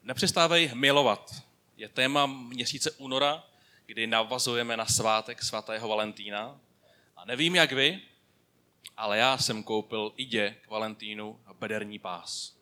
Nepřestávej milovat je téma měsíce února, kdy navazujeme na svátek svatého Valentína. A nevím jak vy, ale já jsem koupil Idě k Valentínu bederní pás.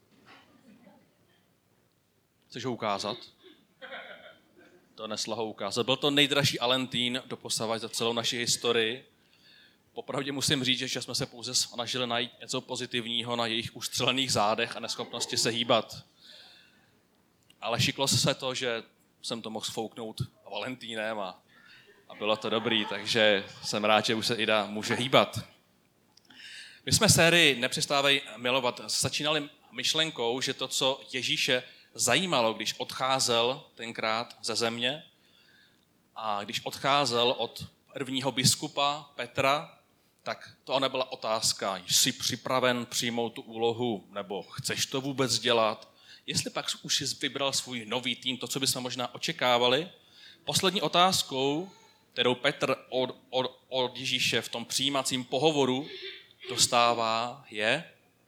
Chceš ho ukázat? To nesla ho ukázat. Byl to nejdražší Valentín doposavad za celou naši historii. Popravdě musím říct, že jsme se pouze snažili najít něco pozitivního na jejich ustřelených zádech a neschopnosti se hýbat. Ale šiklo se to, že jsem to mohl sfouknout Valentínem a bylo to dobrý, takže jsem rád, že už se Ida může hýbat. My jsme sérii Nepřestávej milovat začínali myšlenkou, že to, co Ježíše zajímalo, když odcházel tenkrát ze země a když odcházel od prvního biskupa Petra, tak to nebyla otázka, jsi připraven přijmout tu úlohu, nebo chceš to vůbec dělat. Jestli pak už jsi vybral svůj nový tým, to, co bychom možná očekávali, poslední otázkou, kterou Petr od Ježíše v tom přijímacím pohovoru dostává, je: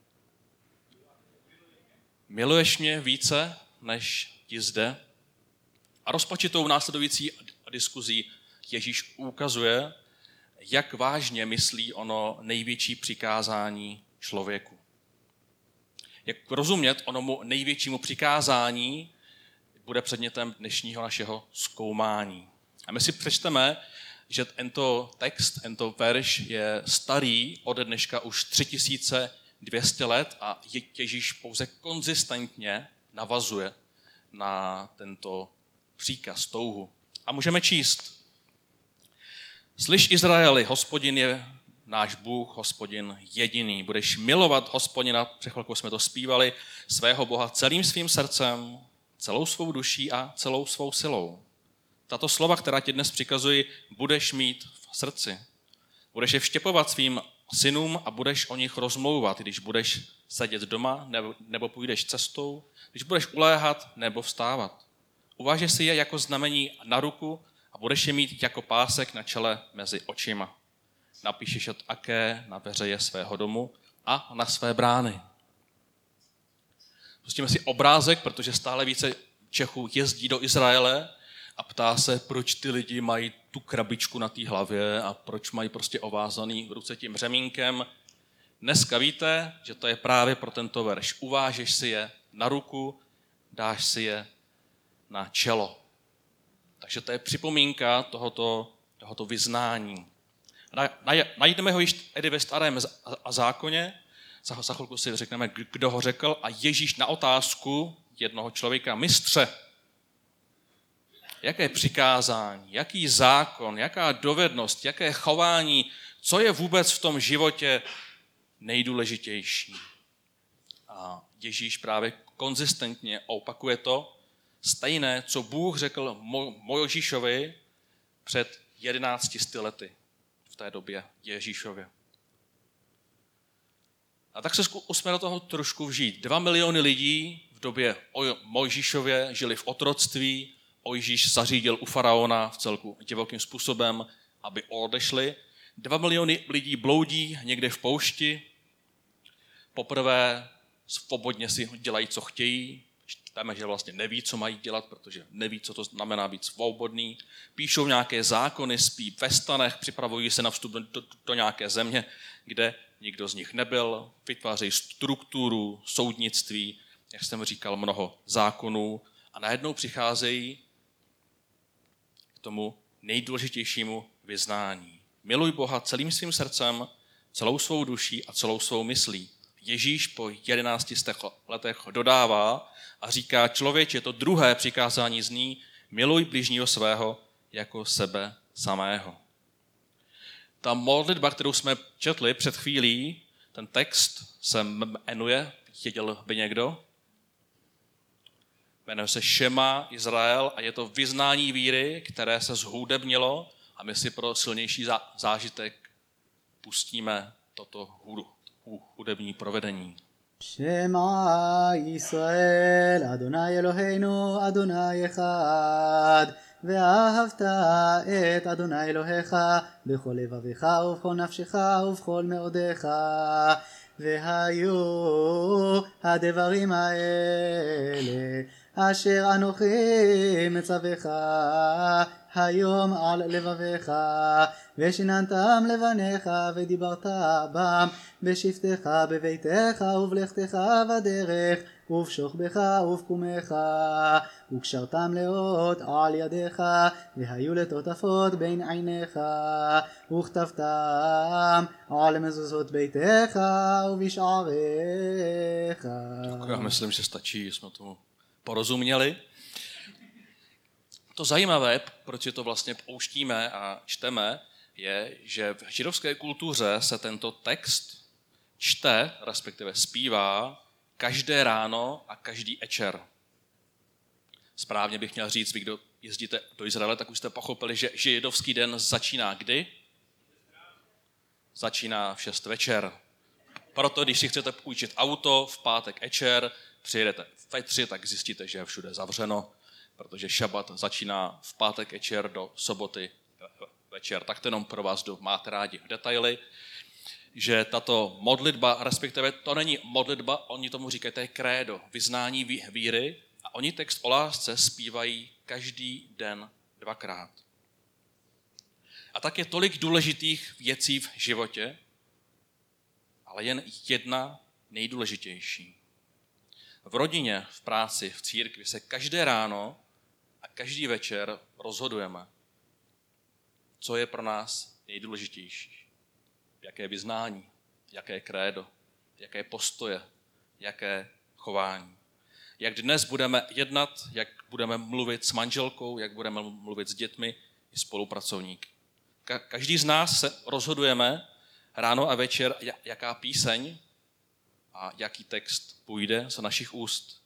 miluješ mě více, než ti zde? A rozpačitou následující diskuzí Ježíš ukazuje, jak vážně myslí ono největší přikázání člověku. Jak rozumět onomu největšímu přikázání bude předmětem dnešního našeho zkoumání. A my si přečteme, že tento text, tento verš je starý od dneška už 3200 let a Ježíš pouze konzistentně navazuje na tento příkaz, touhu. A můžeme číst: Slyš, Izraeli, Hospodin je náš Bůh, Hospodin jediný. Budeš milovat Hospodina, před chvilkou jsme to zpívali, svého Boha celým svým srdcem, celou svou duší a celou svou silou. Tato slova, která ti dnes přikazuji, budeš mít v srdci. Budeš je vštěpovat svým synům a budeš o nich rozmlouvat, když budeš sedět doma nebo půjdeš cestou, když budeš uléhat nebo vstávat. Uvážeš si je jako znamení na ruku a budeš je mít jako pásek na čele mezi očima. Napíšeš je také na veřeje svého domu a na své brány. Pustíme si obrázek, protože stále více Čechů jezdí do Izraele a ptá se, proč ty lidi mají tu krabičku na té hlavě a proč mají prostě ovázaný v ruce tím řemínkem. Dneska víte, že to je právě pro tento verš. Uvážeš si je na ruku, dáš si je na čelo. Takže to je připomínka tohoto vyznání. Najdeme ho již tedy ve Starém zákoně, za chvilku si řekneme, kdo ho řekl, a Ježíš na otázku jednoho člověka: mistře, jaké přikázání, jaký zákon, jaká dovednost, jaké chování, co je vůbec v tom životě nejdůležitější? A Ježíš právě konzistentně opakuje to stejné, co Bůh řekl Mojžíšovi před 1100 lety v té době Ježíšově. A tak se zkusme do toho trošku vžít. 2 miliony lidí v době Mojžíšově žili v otroctví, Mojžíš zařídil u faraona v celku divokým způsobem, aby odešli. 2 miliony lidí bloudí někde v poušti, poprvé svobodně si dělají, co chtějí. Čteme, že vlastně neví, co mají dělat, protože neví, co to znamená být svobodný. Píšou nějaké zákony, spí ve stanech, připravují se na vstup do nějaké země, kde nikdo z nich nebyl. Vytvářejí strukturu, soudnictví, jak jsem říkal, mnoho zákonů. A najednou přicházejí k tomu nejdůležitějšímu vyznání. Miluj Boha celým svým srdcem, celou svou duší a celou svou myslí. Ježíš po 1100 letech dodává a říká: člověče, to druhé přikázání zní: miluj bližního svého jako sebe samého. Ta modlitba, kterou jsme četli před chvílí, ten text se jmenuje, věděl by někdo? Jmenuje se Šema Izrael a je to vyznání víry, které se zhudebnilo, a my si pro silnější zážitek pustíme toto hudební provedení. Shema Yisrael, Adonai Eloheinu, Adonai Echad, ve'ahavta et Adonai Elohecha, bechol levavecha ובכל נפשך ובכל מאודיך, והיו הדברים האלה אשר אנוכי מצווך היום על לבביך, ושיננתם לבניך ודיברת בם בשבתך בביתך ובלכתך בדרך ובשוכבך ובקומך, וקשרתם לאות על ידיך והיו לטוטפות בין עיניך, וכתבתם על mezuzot ביתך ובשעריך. Já myslím, že stačí, jsme tomu porozuměli. To zajímavé, proč si to vlastně pouštíme a čteme, je, že v židovské kultuře se tento text čte, respektive zpívá, každé ráno a každý večer. Správně bych měl říct, vy, kdo jezdíte do Izraele, tak už jste pochopili, že židovský den začíná kdy? Začíná v 6 večer. Proto, když si chcete půjčit auto v pátek večer, přijedete ve 3, tak zjistíte, že je všude zavřeno, protože šabat začíná v pátek večer do soboty večer. Tak to jenom pro vás, kdo máte rádi detaily, že tato modlitba, respektive to není modlitba, oni tomu říkají, to je krédo, vyznání víry, a oni text o lásce zpívají každý den 2krát. A tak je tolik důležitých věcí v životě, ale jen jedna nejdůležitější. V rodině, v práci, v církvi se každé ráno a každý večer rozhodujeme, co je pro nás nejdůležitější. Jaké vyznání, jaké krédo, jaké postoje, jaké chování. Jak dnes budeme jednat, jak budeme mluvit s manželkou, jak budeme mluvit s dětmi i spolupracovníky. Každý z nás se rozhodujeme ráno a večer, jaká píseň a jaký text půjde z našich úst.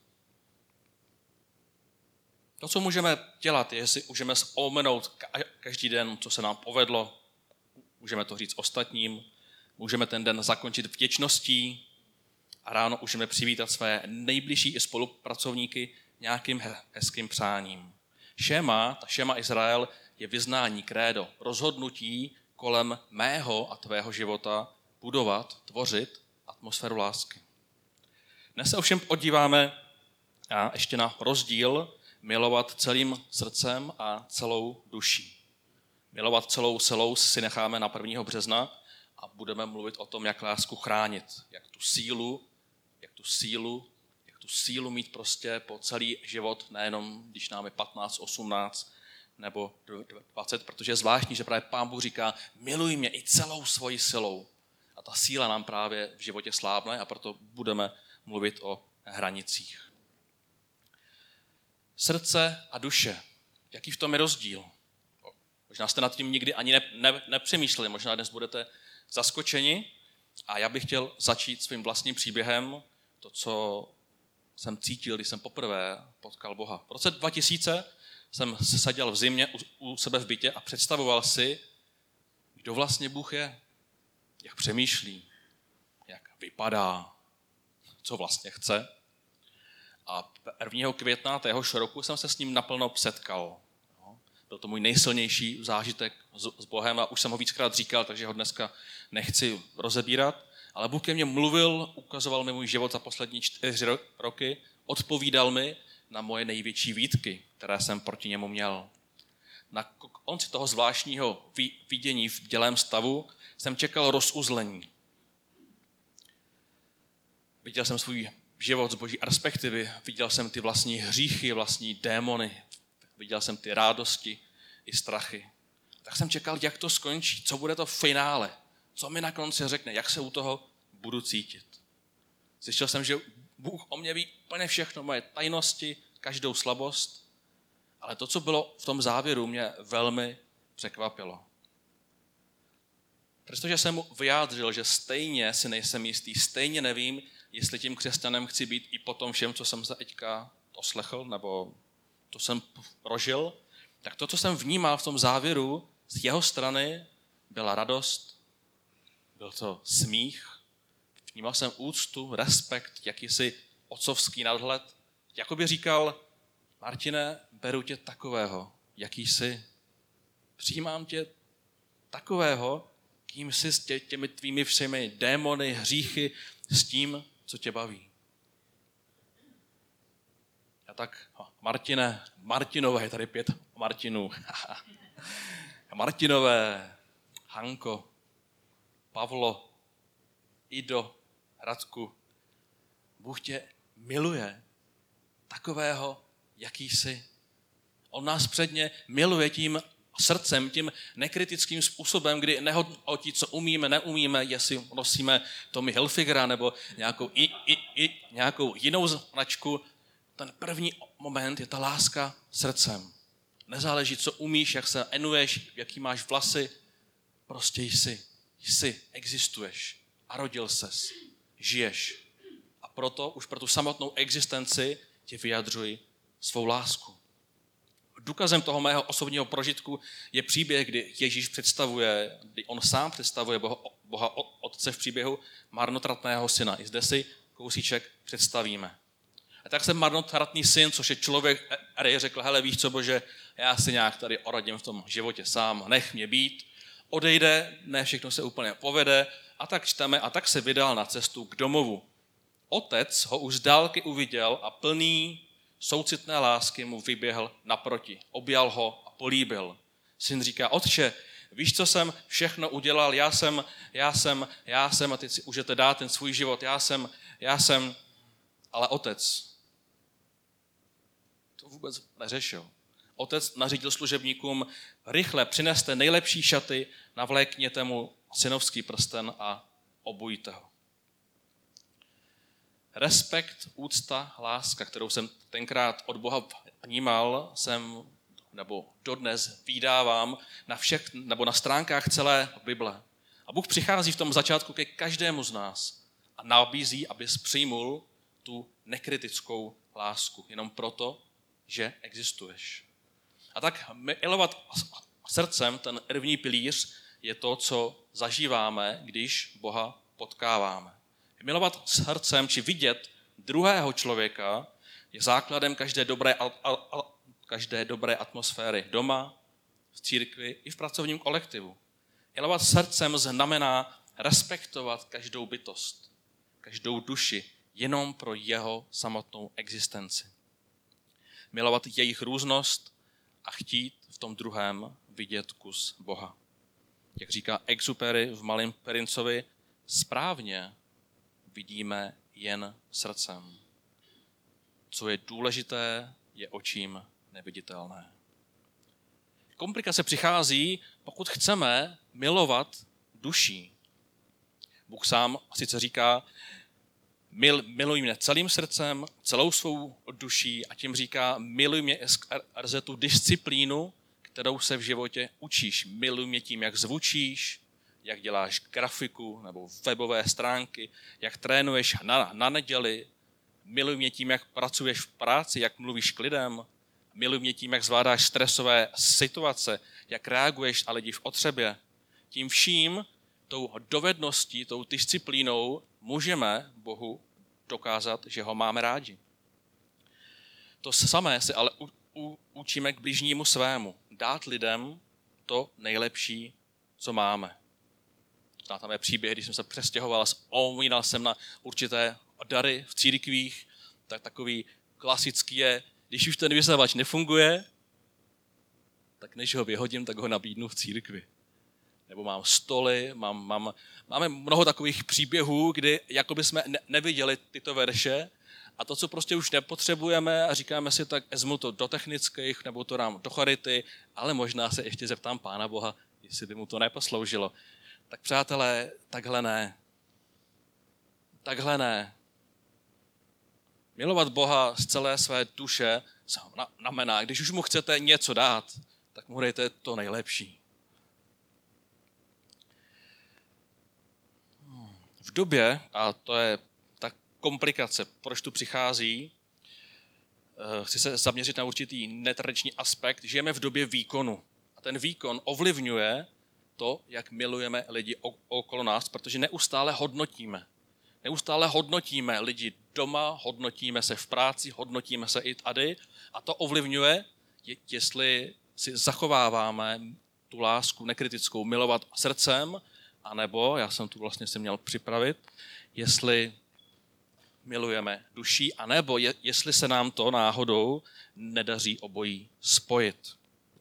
To, co můžeme dělat, je, že můžeme vzpomenout každý den, co se nám povedlo, můžeme to říct ostatním, můžeme ten den zakončit vděčností a ráno můžeme přivítat své nejbližší i spolupracovníky nějakým hezkým přáním. Šema Izrael je vyznání, krédo, rozhodnutí kolem mého a tvého života budovat, tvořit atmosféru lásky. Dnes se ovšem podíváme ještě na rozdíl milovat celým srdcem a celou duší. Milovat celou silou si necháme na 1. března a budeme mluvit o tom, jak lásku chránit, jak tu sílu mít prostě po celý život, nejenom když nám je 15, 18 nebo 20, protože je zvláštní, že právě Pán Bůh říká, miluj mě i celou svojí silou. A ta síla nám právě v životě slábne a proto budeme mluvit o hranicích. Srdce a duše. Jaký v tom je rozdíl? Možná jste nad tím nikdy ani nepřemýšleli, možná dnes budete zaskočeni a já bych chtěl začít svým vlastním příběhem, to, co jsem cítil, když jsem poprvé potkal Boha. V roce 2000 jsem seděl v zimě u sebe v bytě a představoval si, kdo vlastně Bůh je, jak přemýšlí, jak vypadá, co vlastně chce. A 1. května téhož roku jsem se s ním naplno setkal. Byl to můj nejsilnější zážitek s Bohem a už jsem ho víckrát říkal, takže ho dneska nechci rozebírat. Ale Bůh ke mně mluvil, ukazoval mi můj život za poslední 4 roky, odpovídal mi na moje největší výtky, které jsem proti němu měl. Na konci toho zvláštního vidění v bdělém stavu jsem čekal rozuzlení. Viděl jsem svůj život z boží perspektivy, viděl jsem ty vlastní hříchy, vlastní démony, viděl jsem ty rádosti i strachy. Tak jsem čekal, jak to skončí, co bude to finále, co mi na konci řekne, jak se u toho budu cítit. Zjistil jsem, že Bůh o mě ví úplně všechno, moje tajnosti, každou slabost, ale to, co bylo v tom závěru, mě velmi překvapilo. Protože jsem mu vyjádřil, že stejně si nejsem jistý, stejně nevím, jestli tím křesťanem chci být i po tom všem, co jsem se teďka oslechl, nebo to jsem prožil, tak to, co jsem vnímal v tom závěru z jeho strany, byla radost, byl to smích, vnímal jsem úctu, respekt, jakýsi otcovský nadhled. Jakoby říkal, Martine, beru tě takového, jaký jsi. Přijímám tě takového, kým jsi s těmi tvými všemi démony, hříchy, s tím, co tě baví. Já tak Martinové, je tady 5 Martinů. Martinové, Hanko, Pavlo, Ido, Radku. Bůh tě miluje takového, jaký jsi. On nás předně miluje tím srdcem, tím nekritickým způsobem, kdy nehodnotí, co umíme, neumíme, jestli nosíme Tommy Hilfigera nebo nějakou jinou značku. Ten první moment je ta láska srdcem. Nezáleží, co umíš, jak se jmenuješ, jaký máš vlasy, prostě jsi, existuješ a rodil ses, žiješ. A proto už pro tu samotnou existenci ti vyjadřuji svou lásku. Důkazem toho mého osobního prožitku je příběh, kdy kdy on sám představuje Boha Otce v příběhu marnotratného syna. I zde si kousíček představíme. A tak se marnotratný syn, což je člověk, který řekl, hele, víš co, Bože, já si nějak tady oradím v tom životě sám, nech mě být, odejde, ne všechno se úplně povede, a tak čteme, a tak se vydal na cestu k domovu. Otec ho už z dálky uviděl a plný soucitné lásky mu vyběhl naproti, objal ho a políbil. Syn říká, otče, víš, co jsem všechno udělal, já jsem, a teď si můžete dát ten svůj život, já jsem, ale otec to vůbec neřešil. Otec nařídil služebníkům, rychle přineste nejlepší šaty, navlékněte mu synovský prsten a obujte ho. Respekt, úcta, láska, kterou jsem tenkrát od Boha vnímal, nebo dodnes vydávám na stránkách celé Bible. A Bůh přichází v tom začátku ke každému z nás a nabízí, abys přijmul tu nekritickou lásku, jenom proto, že existuješ. A tak milovat srdcem, ten první pilíř, je to, co zažíváme, když Boha potkáváme. Milovat srdcem, či vidět druhého člověka, je základem každé dobré atmosféry doma, v církvi i v pracovním kolektivu. Milovat srdcem znamená respektovat každou bytost, každou duši, jenom pro jeho samotnou existenci. Milovat jejich různost a chtít v tom druhém vidět kus Boha. Jak říká Exupery v Malém princovi, správně vidíme jen srdcem. Co je důležité, je očím neviditelné. Komplikace přichází, pokud chceme milovat duší. Bůh sám sice říká, miluj mě celým srdcem, celou svou duší, a tím říká, miluj mě skrze tu disciplínu, kterou se v životě učíš. Miluj mě tím, jak zvučíš, jak děláš grafiku nebo webové stránky, jak trénuješ na neděli. Miluj mě tím, jak pracuješ v práci, jak mluvíš k lidem. Miluj mě tím, jak zvládáš stresové situace, jak reaguješ na lidi v potřebě. Tím vším, tou dovedností, tou disciplínou můžeme Bohu dokázat, že ho máme rádi. To samé se ale učíme k bližnímu svému. Dát lidem to nejlepší, co máme. Tam je příběh, když jsem se přestěhoval, vzpomínal jsem na určité dary v církvích, tak takový klasický je, když už ten vysavač nefunguje, tak než ho vyhodím, tak ho nabídnu v církvi. Nebo mám stoly, máme mnoho takových příběhů, kdy jakoby jsme neviděli tyto verše a to, co prostě už nepotřebujeme a říkáme si, tak vezmu to do technických, nebo to dám do charity, ale možná se ještě zeptám Pána Boha, jestli by mu to neposloužilo. Tak přátelé, takhle ne. Takhle ne. Milovat Boha z celé své duše znamená, když už mu chcete něco dát, tak mu dejte to nejlepší. V době, a to je ta komplikace, proč tu přichází, chci se zaměřit na určitý netradiční aspekt, žijeme v době výkonu. A ten výkon ovlivňuje to, jak milujeme lidi okolo nás, protože neustále hodnotíme. Neustále hodnotíme lidi doma, hodnotíme se v práci, hodnotíme se i tady a to ovlivňuje, jestli si zachováváme tu lásku nekritickou milovat srdcem, anebo, já jsem tu vlastně se měl připravit, jestli milujeme duší, anebo jestli se nám to náhodou nedaří obojí spojit.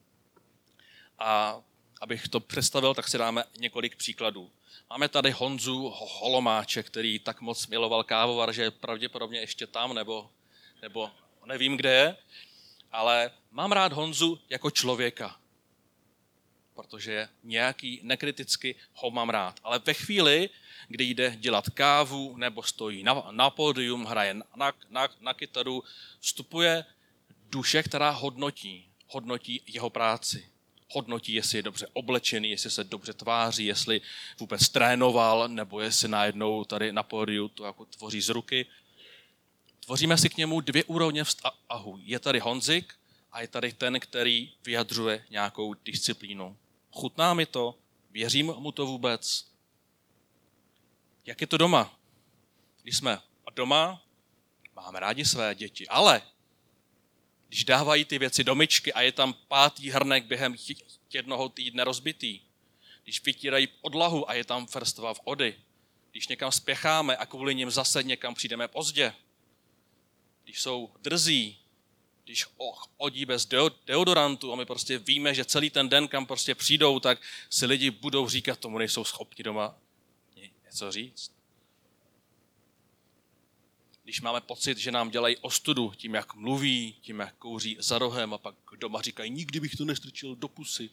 A abych to představil, tak si dáme několik příkladů. Máme tady Honzu Holomáče, který tak moc miloval kávovar, že je pravděpodobně ještě tam, nebo nevím, kde je, ale mám rád Honzu jako člověka, protože je nějaký, nekriticky ho mám rád. Ale ve chvíli, kdy jde dělat kávu, nebo stojí na pódium, hraje na kytaru, vstupuje duše, která hodnotí jeho práci. Hodnotí, jestli je dobře oblečený, jestli se dobře tváří, jestli vůbec trénoval, nebo jestli najednou tady na pódiu to jako tvoří z ruky. Tvoříme si k němu dvě úrovně vztahu. Je tady Honzik a je tady ten, který vyjadřuje nějakou disciplínu. Chutná mi to? Věřím mu to vůbec? Jak je to doma? Když jsme doma, máme rádi své děti, ale když dávají ty věci do myčky a je tam 5. hrnek během jednoho týdne rozbitý, když vytírají podlahu a je tam vrstva vody, když někam spěcháme a kvůli nim zase někam přijdeme pozdě, když jsou drzí, když chodí bez deodorantu a my prostě víme, že celý ten den, kam prostě přijdou, tak si lidi budou říkat, tomu nejsou schopni doma něco říct. Když máme pocit, že nám dělají ostudu tím, jak mluví, tím, jak kouří za rohem a pak doma říkají, nikdy bych to nestrčil do pusy.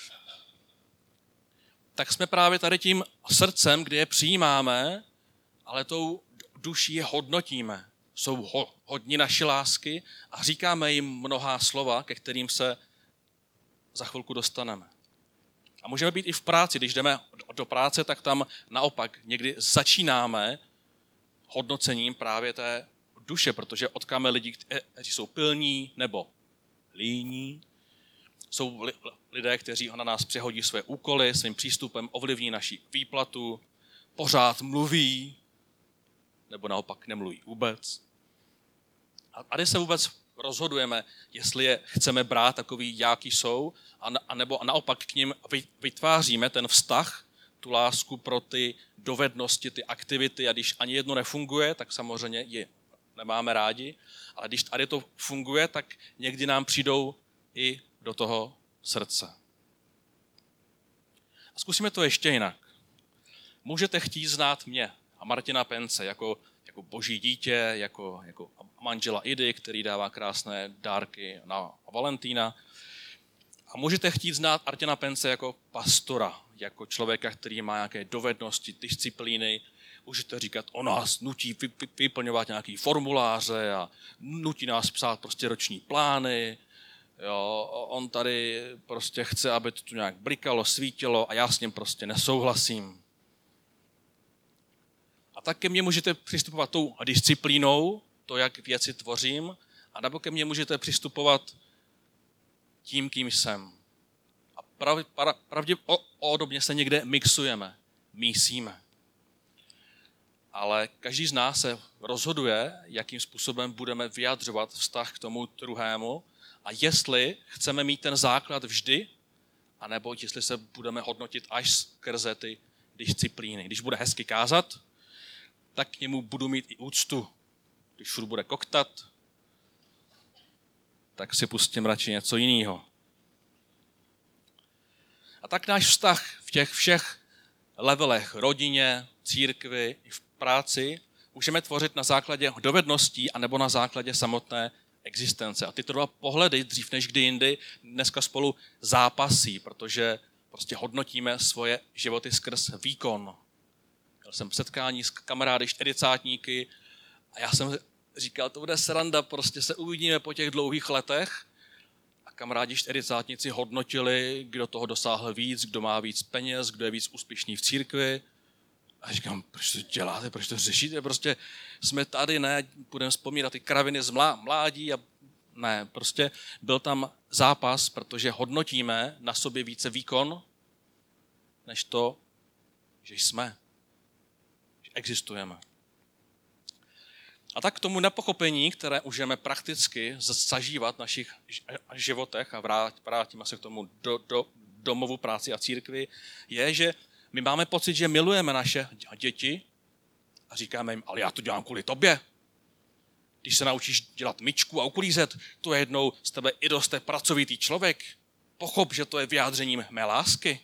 Tak jsme právě tady tím srdcem, kde je přijímáme, ale tou duší je hodnotíme. Jsou hodní naši lásky a říkáme jim mnohá slova, ke kterým se za chvilku dostaneme. A můžeme být i v práci. Když jdeme do práce, tak tam naopak někdy začínáme hodnocením právě té duše, protože potkáme lidi, kteří jsou pilní nebo líní. Jsou lidé, kteří na nás přehodí své úkoly, svým přístupem ovlivní naši výplatu, pořád mluví, nebo naopak nemluví vůbec. A kdy se vůbec rozhodujeme, jestli je chceme brát takový, jaký jsou, anebo naopak k nim vytváříme ten vztah, tu lásku pro ty dovednosti, ty aktivity, a když ani jedno nefunguje, tak samozřejmě je nemáme rádi, ale když tady to funguje, tak někdy nám přijdou i do toho srdce. A zkusíme to ještě jinak. Můžete chtít znát mě a Martina Pence jako boží dítě, jako manžela Idy, který dává krásné dárky na Valentína. A můžete chtít znát Martina Pence jako pastora, jako člověka, který má nějaké dovednosti, disciplíny. Můžete říkat, on nás nutí vyplňovat nějaké formuláře a nutí nás psát prostě roční plány. Jo, on tady prostě chce, aby to tu nějak blikalo, svítilo a já s ním prostě nesouhlasím. A tak ke mně můžete přistupovat tou disciplínou, to, jak věci tvořím, a nebo ke mně můžete přistupovat tím, kým jsem. A pravděpodobně se někde mixujeme, mísíme. Ale každý z nás se rozhoduje, jakým způsobem budeme vyjadřovat vztah k tomu druhému a jestli chceme mít ten základ vždy, anebo jestli se budeme hodnotit až skrze ty disciplíny. Když bude hezky kázat, tak k němu budu mít i úctu. Když furt bude koktat, tak si pustím radši něco jiného. A tak náš vztah v těch všech levelech, rodině, církvi i v práci, můžeme tvořit na základě dovedností anebo na základě samotné existence. A tyto dva pohledy, dřív než kdy jindy, dneska spolu zápasí, protože prostě hodnotíme svoje životy skrz výkon. Měl jsem setkání s kamarády čtyřicátníky a já jsem říkal, to bude sranda, prostě se uvidíme po těch dlouhých letech. A kamarádi čtyřicátníci hodnotili, kdo toho dosáhl víc, kdo má víc peněz, kdo je víc úspěšný v církvi. A říkám, proč to děláte, proč to řešíte, prostě jsme tady, ne, budeme vzpomínat ty kraviny z mládí a ne, prostě byl tam zápas, protože hodnotíme na sobě více výkon, než to, že jsme, že existujeme. A tak k tomu nepochopení, které můžeme prakticky zažívat v našich životech, a vrátíme se k tomu do domovu, práci a církvi, je, že my máme pocit, že milujeme naše děti a říkáme jim, ale já to dělám kvůli tobě, když se naučíš dělat myčku a uklízet, to je jednou z tebe i dost pracovitý člověk. Pochop, že to je vyjádřením mé lásky.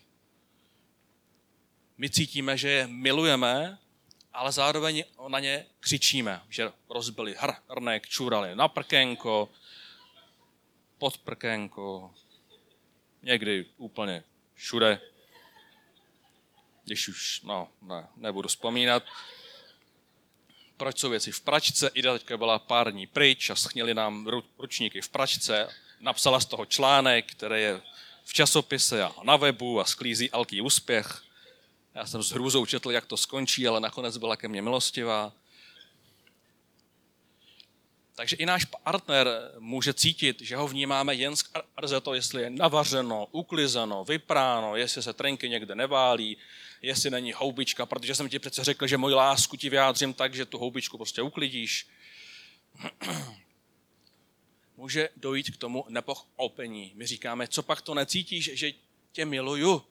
My cítíme, že je milujeme, ale zároveň na ně křičíme, že rozbili hrnek, čurali na prkénko, pod prkénko, někdy úplně všude. Když už, nebudu vzpomínat. Proč jsou věci v pračce? Ida teďka byla pár dní pryč a schnili nám ručníky v pračce. Napsala z toho článek, který je v časopise a na webu a sklízí velký úspěch. Já jsem s hrůzou četl, jak to skončí, ale nakonec byla ke mně milostivá. Takže i náš partner může cítit, že ho vnímáme jen skrze to, jestli je navařeno, uklizeno, vypráno, jestli se trenky někde neválí, jestli není houbička, protože jsem ti přece řekl, že moji lásku ti vyjádřím tak, že tu houbičku prostě uklidíš. Může dojít k tomu nepochopení. My říkáme, co pak to necítíš, že tě miluju?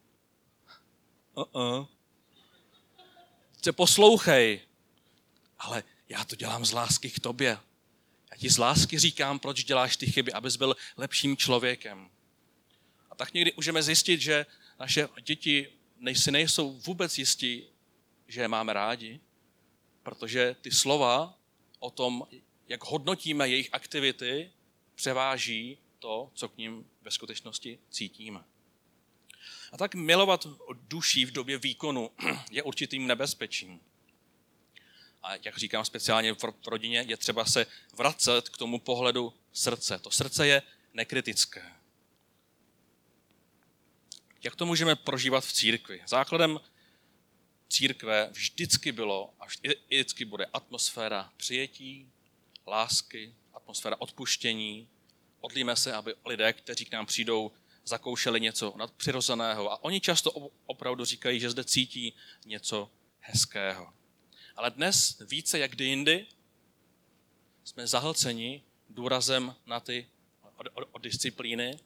Se poslouchej, ale já to dělám z lásky k tobě. Já ti z lásky říkám, proč děláš ty chyby, abys byl lepším člověkem. A tak někdy můžeme zjistit, že naše děti si nejsou vůbec jistí, že je máme rádi, protože ty slova o tom, jak hodnotíme jejich aktivity, převáží to, co k ním ve skutečnosti cítíme. A tak milovat duší v době výkonu je určitým nebezpečím. A jak říkám speciálně v rodině, je třeba se vracet k tomu pohledu srdce. To srdce je nekritické. Jak to můžeme prožívat v církvi? Základem církve vždycky bylo a vždycky bude atmosféra přijetí, lásky, atmosféra odpuštění. Modlíme se, aby lidé, kteří k nám přijdou, zakoušeli něco nadpřirozeného. A oni často opravdu říkají, že zde cítí něco hezkého. Ale dnes více jak kdy jindy jsme zahlceni důrazem na ty disciplíny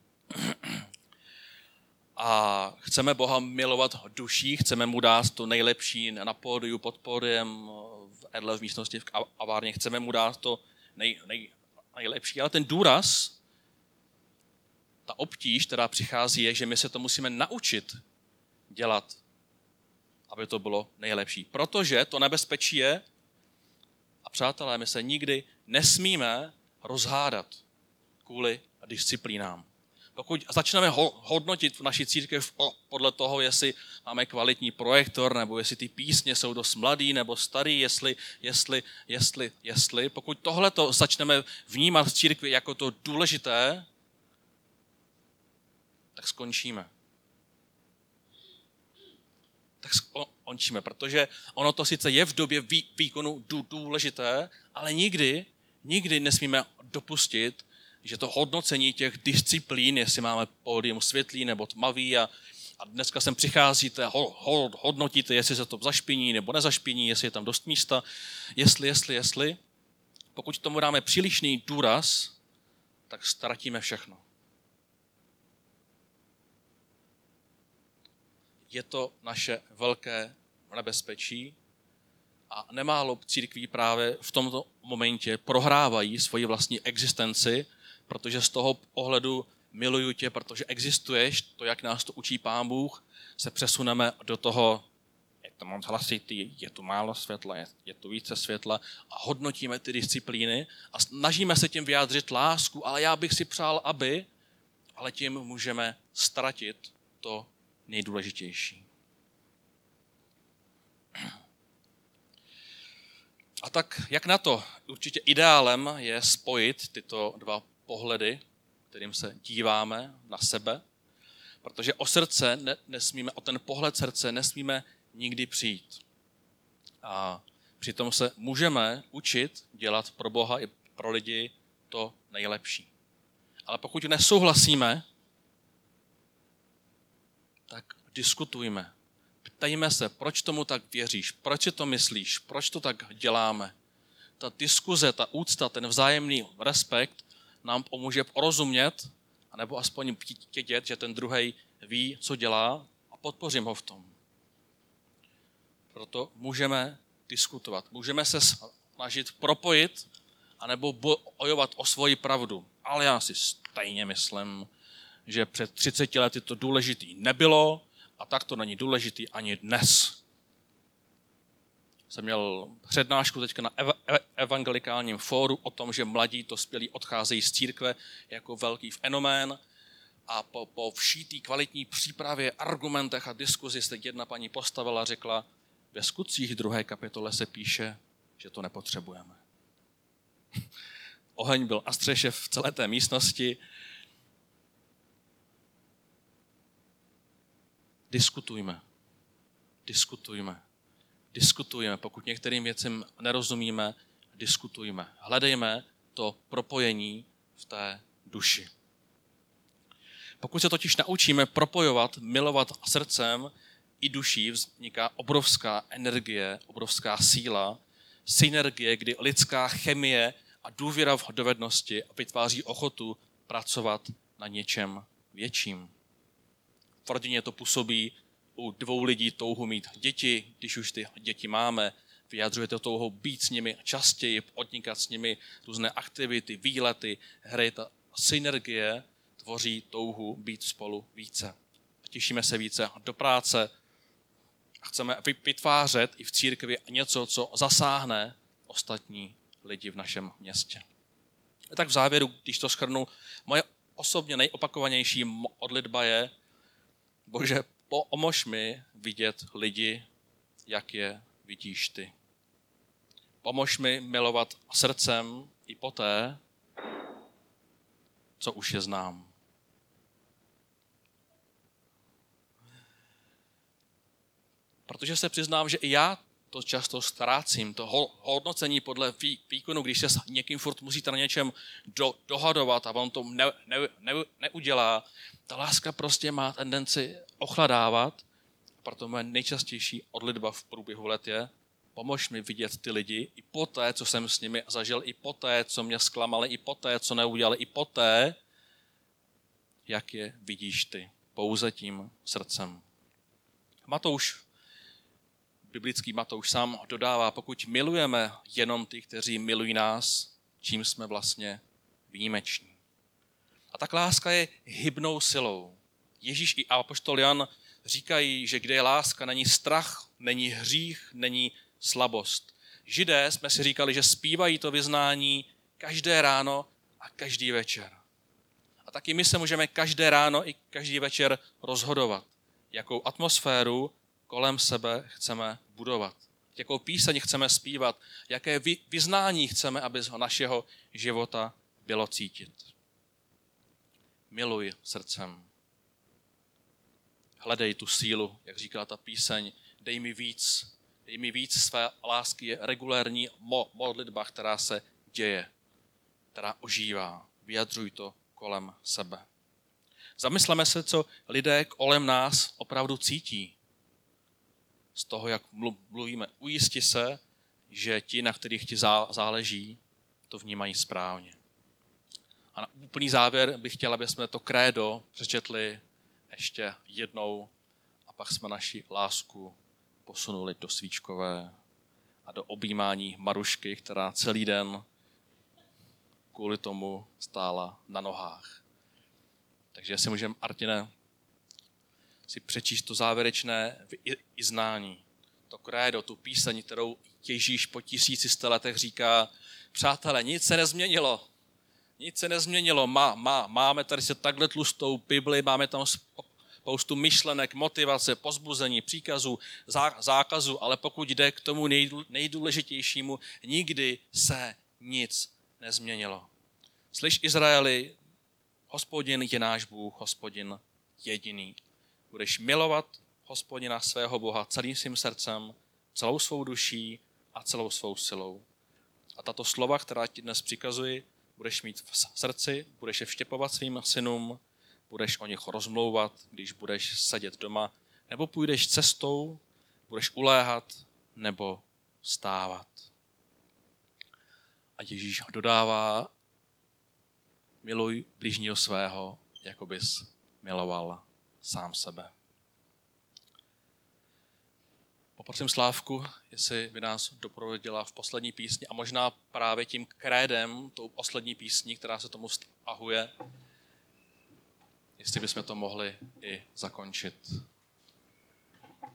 a chceme Boha milovat duší, chceme mu dát to nejlepší na pódiu, pod pódiem, v edle, v místnosti, v kavárně, chceme mu dát to nejlepší, ale ten důraz, ta obtíž, která přichází, je, že my se to musíme naučit dělat, aby to bylo nejlepší. Protože to nebezpečí je, a přátelé, my se nikdy nesmíme rozhádat kvůli disciplínám. Pokud začneme hodnotit v naší církev podle toho, jestli máme kvalitní projektor, nebo jestli ty písně jsou dost mladý nebo starý, jestli, pokud tohleto začneme vnímat v církvi jako to důležité, tak skončíme. Tak skončíme, protože ono to sice je v době výkonu důležité, ale nikdy nesmíme dopustit, že to hodnocení těch disciplín, jestli máme pódium světlý nebo tmavý a dneska sem přicházíte, hodnotíte, jestli se to zašpiní nebo nezašpiní, jestli je tam dost místa, jestli. Pokud tomu dáme přílišný důraz, tak ztratíme všechno. Je to naše velké nebezpečí a nemálo církví právě v tomto momentě prohrávají svoji vlastní existenci, protože z toho pohledu miluju tě, protože existuješ, to, jak nás to učí Pán Bůh, se přesuneme do toho, je to moc hlasitý, je tu málo světla, je tu více světla a hodnotíme ty disciplíny a snažíme se tím vyjádřit lásku, ale já bych si přál, ale tím můžeme ztratit to nejdůležitější. A tak jak na to? Určitě ideálem je spojit tyto dva pohledy, kterým se díváme na sebe, protože o ten pohled srdce nesmíme nikdy přijít. A přitom se můžeme učit dělat pro Boha i pro lidi to nejlepší. Ale pokud nesouhlasíme, tak diskutujme. Ptejme se, proč tomu tak věříš, proč si to myslíš, proč to tak děláme. Ta diskuze, ta úcta, ten vzájemný respekt nám pomůže porozumět, anebo aspoň vědět, že ten druhej ví, co dělá a podpořím ho v tom. Proto můžeme diskutovat, můžeme se snažit propojit anebo bojovat o svoji pravdu. Ale já si stejně myslím, že před 30 lety to důležitý nebylo a tak to není důležitý ani dnes. Jsem měl přednášku teďka na evangelikálním fóru o tom, že mladí dospělí odcházejí z církve jako velký fenomén a po vší té kvalitní přípravě, argumentech a diskuzi se jedna paní postavila a řekla, ve Skutcích 2. kapitole se píše, že to nepotřebujeme. Oheň byl na střeše v celé té místnosti. Diskutujme. Pokud některým věcem nerozumíme, diskutujme. Hledejme to propojení v té duši. Pokud se totiž naučíme propojovat, milovat srdcem i duší, vzniká obrovská energie, obrovská síla, synergie, kdy lidská chemie a důvěra v dovednosti vytváří ochotu pracovat na něčem větším. V rodině to působí u 2 lidí touhu mít děti, když už ty děti máme, vyjadřuje to touhou být s nimi častěji, podnikat s nimi různé aktivity, výlety, hry, ta synergie tvoří touhu být spolu více. Těšíme se více do práce a chceme vytvářet i v církvi něco, co zasáhne ostatní lidi v našem městě. Tak v závěru, když to shrnu, moje osobně nejopakovanější modlitba je, Bože, pomož mi vidět lidi, jak je vidíš ty. Pomož mi milovat srdcem i poté, co už je znám. Protože se přiznám, že i já to často ztrácím, to hodnocení podle výkonu, když se s někým furt musíte na něčem dohadovat a on to neudělá. Ta láska prostě má tendenci ochladávat, proto moje nejčastější modlitba v průběhu let je, pomož mi vidět ty lidi i poté, co jsem s nimi zažil, i poté, co mě zklamali, i poté, co neudělali, i poté, jak je vidíš ty, pouze tím srdcem. Biblický Matouš sám dodává, pokud milujeme jenom ty, kteří milují nás, čím jsme vlastně výjimeční. A tak láska je hybnou silou. Ježíš i apoštol Jan říkají, že kde je láska, není strach, není hřích, není slabost. Židé jsme si říkali, že zpívají to vyznání každé ráno a každý večer. A taky my se můžeme každé ráno i každý večer rozhodovat, jakou atmosféru kolem sebe chceme budovat, jakou píseň chceme zpívat, jaké vyznání chceme, aby z našeho života bylo cítit. Miluj srdcem. Hledej tu sílu, jak říká ta píseň, dej mi víc své lásky, je regulérní modlitba, která se děje, která ožívá. Vyjadřuj to kolem sebe. Zamysleme se, co lidé kolem nás opravdu cítí. Z toho, jak mluvíme, ujisti se, že ti, na kterých ti záleží, to vnímají správně. A na úplný závěr bych chtěl, aby jsme to krédo přečetli ještě jednou a pak jsme naši lásku posunuli do svíčkové a do objímání Marušky, která celý den kvůli tomu stála na nohách. Takže jestli můžeme, Artine, si přečíst to závěrečné vyznání, to krédo, tu píseň, kterou Ježíš po 1100 letech říká, přátelé, nic se nezměnilo. Nic se nezměnilo. Máme tady se takhle tlustou Bibli, máme tam spoustu myšlenek, motivace, pozbuzení, příkazů, zákazů, ale pokud jde k tomu nejdůležitějšímu, nikdy se nic nezměnilo. Slyš, Izraeli, Hospodin je náš Bůh, Hospodin jediný. Budeš milovat Hospodina svého Boha celým svým srdcem, celou svou duší a celou svou silou. A tato slova, která ti dnes přikazuji, budeš mít v srdci, budeš je vštěpovat svým synům, budeš o nich rozmlouvat, když budeš sedět doma, nebo půjdeš cestou, budeš uléhat nebo vstávat. A Ježíš dodává, miluj bližního svého, jako bys miloval sám sebe. Poprosím Slávku, jestli by nás doprovodila v poslední písni a možná právě tím krédem, tou poslední písní, která se tomu vztahuje, jestli bychom to mohli i zakončit.